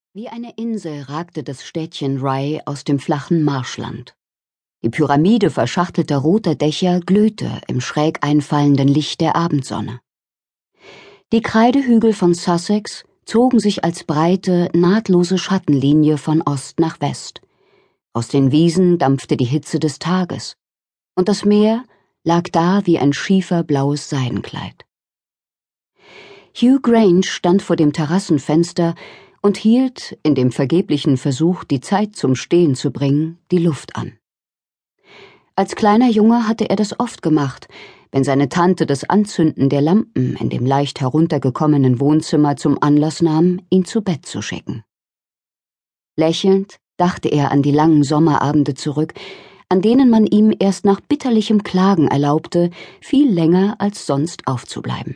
Wie eine Insel ragte das Städtchen Rye aus dem flachen Marschland. Die Pyramide verschachtelter roter Dächer glühte im schräg einfallenden Licht der Abendsonne. Die Kreidehügel von Sussex zogen sich als breite, nahtlose Schattenlinie von Ost nach West. Aus den Wiesen dampfte die Hitze des Tages, und das Meer lag da wie ein schieferblaues Seidenkleid. Hugh Grange stand vor dem Terrassenfenster und hielt, in dem vergeblichen Versuch, die Zeit zum Stehen zu bringen, die Luft an. Als kleiner Junge hatte er das oft gemacht, wenn seine Tante das Anzünden der Lampen in dem leicht heruntergekommenen Wohnzimmer zum Anlass nahm, ihn zu Bett zu schicken. Lächelnd dachte er an die langen Sommerabende zurück, an denen man ihm erst nach bitterlichem Klagen erlaubte, viel länger als sonst aufzubleiben.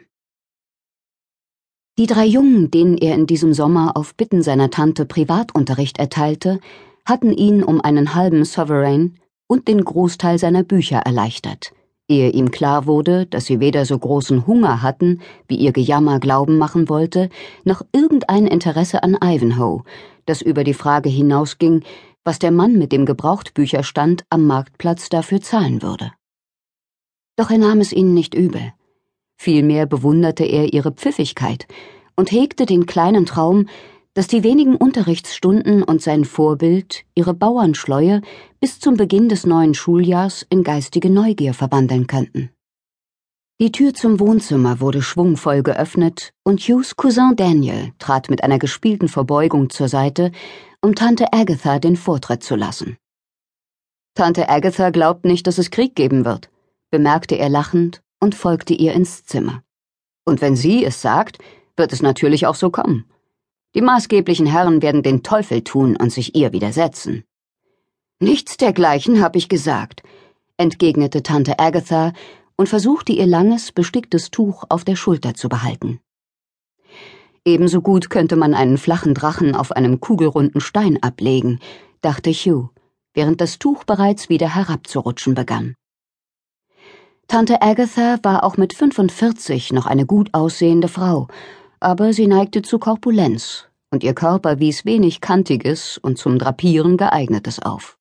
Die 3 Jungen, denen er in diesem Sommer auf Bitten seiner Tante Privatunterricht erteilte, hatten ihn um einen halben Sovereign und den Großteil seiner Bücher erleichtert, ehe ihm klar wurde, dass sie weder so großen Hunger hatten, wie ihr Gejammer glauben machen wollte, noch irgendein Interesse an Ivanhoe, das über die Frage hinausging, was der Mann mit dem Gebrauchtbücherstand am Marktplatz dafür zahlen würde. Doch er nahm es ihnen nicht übel. Vielmehr bewunderte er ihre Pfiffigkeit und hegte den kleinen Traum, dass die wenigen Unterrichtsstunden und sein Vorbild ihre Bauernschleue bis zum Beginn des neuen Schuljahrs in geistige Neugier verwandeln könnten. Die Tür zum Wohnzimmer wurde schwungvoll geöffnet und Hughs Cousin Daniel trat mit einer gespielten Verbeugung zur Seite, um Tante Agatha den Vortritt zu lassen. »Tante Agatha glaubt nicht, dass es Krieg geben wird«, bemerkte er lachend und folgte ihr ins Zimmer. »Und wenn sie es sagt, wird es natürlich auch so kommen. Die maßgeblichen Herren werden den Teufel tun und sich ihr widersetzen.« »Nichts dergleichen habe ich gesagt«, entgegnete Tante Agatha und versuchte ihr langes, besticktes Tuch auf der Schulter zu behalten. »Ebenso gut könnte man einen flachen Drachen auf einem kugelrunden Stein ablegen«, dachte Hugh, während das Tuch bereits wieder herabzurutschen begann. Tante Agatha war auch mit 45 noch eine gut aussehende Frau, aber sie neigte zu Korpulenz, und ihr Körper wies wenig Kantiges und zum Drapieren geeignetes auf.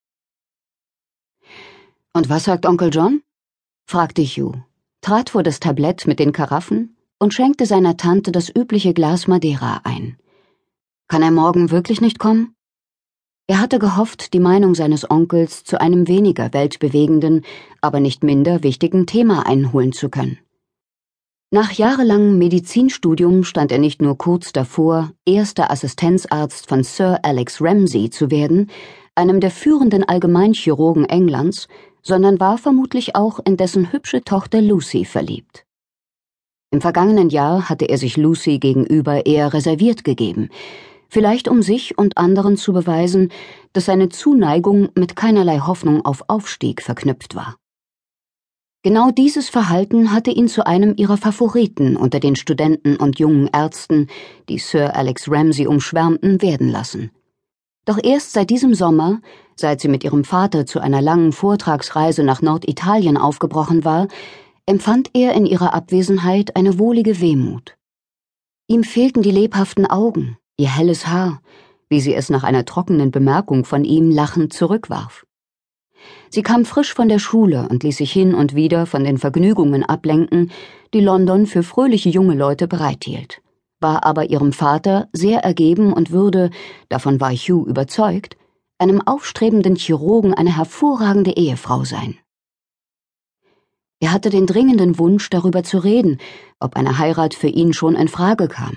»Und was sagt Onkel John?« fragte Hugh, trat vor das Tablett mit den Karaffen und schenkte seiner Tante das übliche Glas Madeira ein. »Kann er morgen wirklich nicht kommen?« Er hatte gehofft, die Meinung seines Onkels zu einem weniger weltbewegenden, aber nicht minder wichtigen Thema einholen zu können. Nach jahrelangem Medizinstudium stand er nicht nur kurz davor, erster Assistenzarzt von Sir Alex Ramsay zu werden, einem der führenden Allgemeinchirurgen Englands, sondern war vermutlich auch in dessen hübsche Tochter Lucy verliebt. Im vergangenen Jahr hatte er sich Lucy gegenüber eher reserviert gegeben, vielleicht um sich und anderen zu beweisen, dass seine Zuneigung mit keinerlei Hoffnung auf Aufstieg verknüpft war. Genau dieses Verhalten hatte ihn zu einem ihrer Favoriten unter den Studenten und jungen Ärzten, die Sir Alex Ramsay umschwärmten, werden lassen. Doch erst seit diesem Sommer, seit sie mit ihrem Vater zu einer langen Vortragsreise nach Norditalien aufgebrochen war, empfand er in ihrer Abwesenheit eine wohlige Wehmut. Ihm fehlten die lebhaften Augen, ihr helles Haar, wie sie es nach einer trockenen Bemerkung von ihm lachend zurückwarf. Sie kam frisch von der Schule und ließ sich hin und wieder von den Vergnügungen ablenken, die London für fröhliche junge Leute bereithielt, war aber ihrem Vater sehr ergeben und würde, davon war Hugh überzeugt, einem aufstrebenden Chirurgen eine hervorragende Ehefrau sein. Er hatte den dringenden Wunsch, darüber zu reden, ob eine Heirat für ihn schon in Frage kam.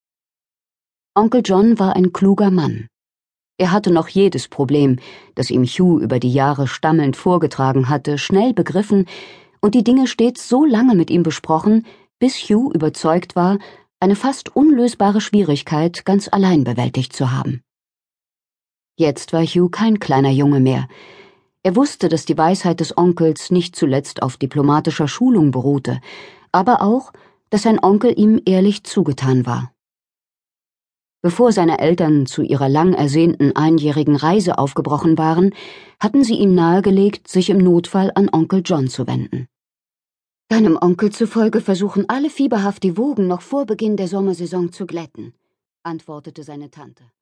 Onkel John war ein kluger Mann. Er hatte noch jedes Problem, das ihm Hugh über die Jahre stammelnd vorgetragen hatte, schnell begriffen und die Dinge stets so lange mit ihm besprochen, bis Hugh überzeugt war, eine fast unlösbare Schwierigkeit ganz allein bewältigt zu haben. Jetzt war Hugh kein kleiner Junge mehr. Er wusste, dass die Weisheit des Onkels nicht zuletzt auf diplomatischer Schulung beruhte, aber auch, dass sein Onkel ihm ehrlich zugetan war. Bevor seine Eltern zu ihrer lang ersehnten einjährigen Reise aufgebrochen waren, hatten sie ihm nahegelegt, sich im Notfall an Onkel John zu wenden. »Deinem Onkel zufolge versuchen alle fieberhaft die Wogen noch vor Beginn der Sommersaison zu glätten«, antwortete seine Tante.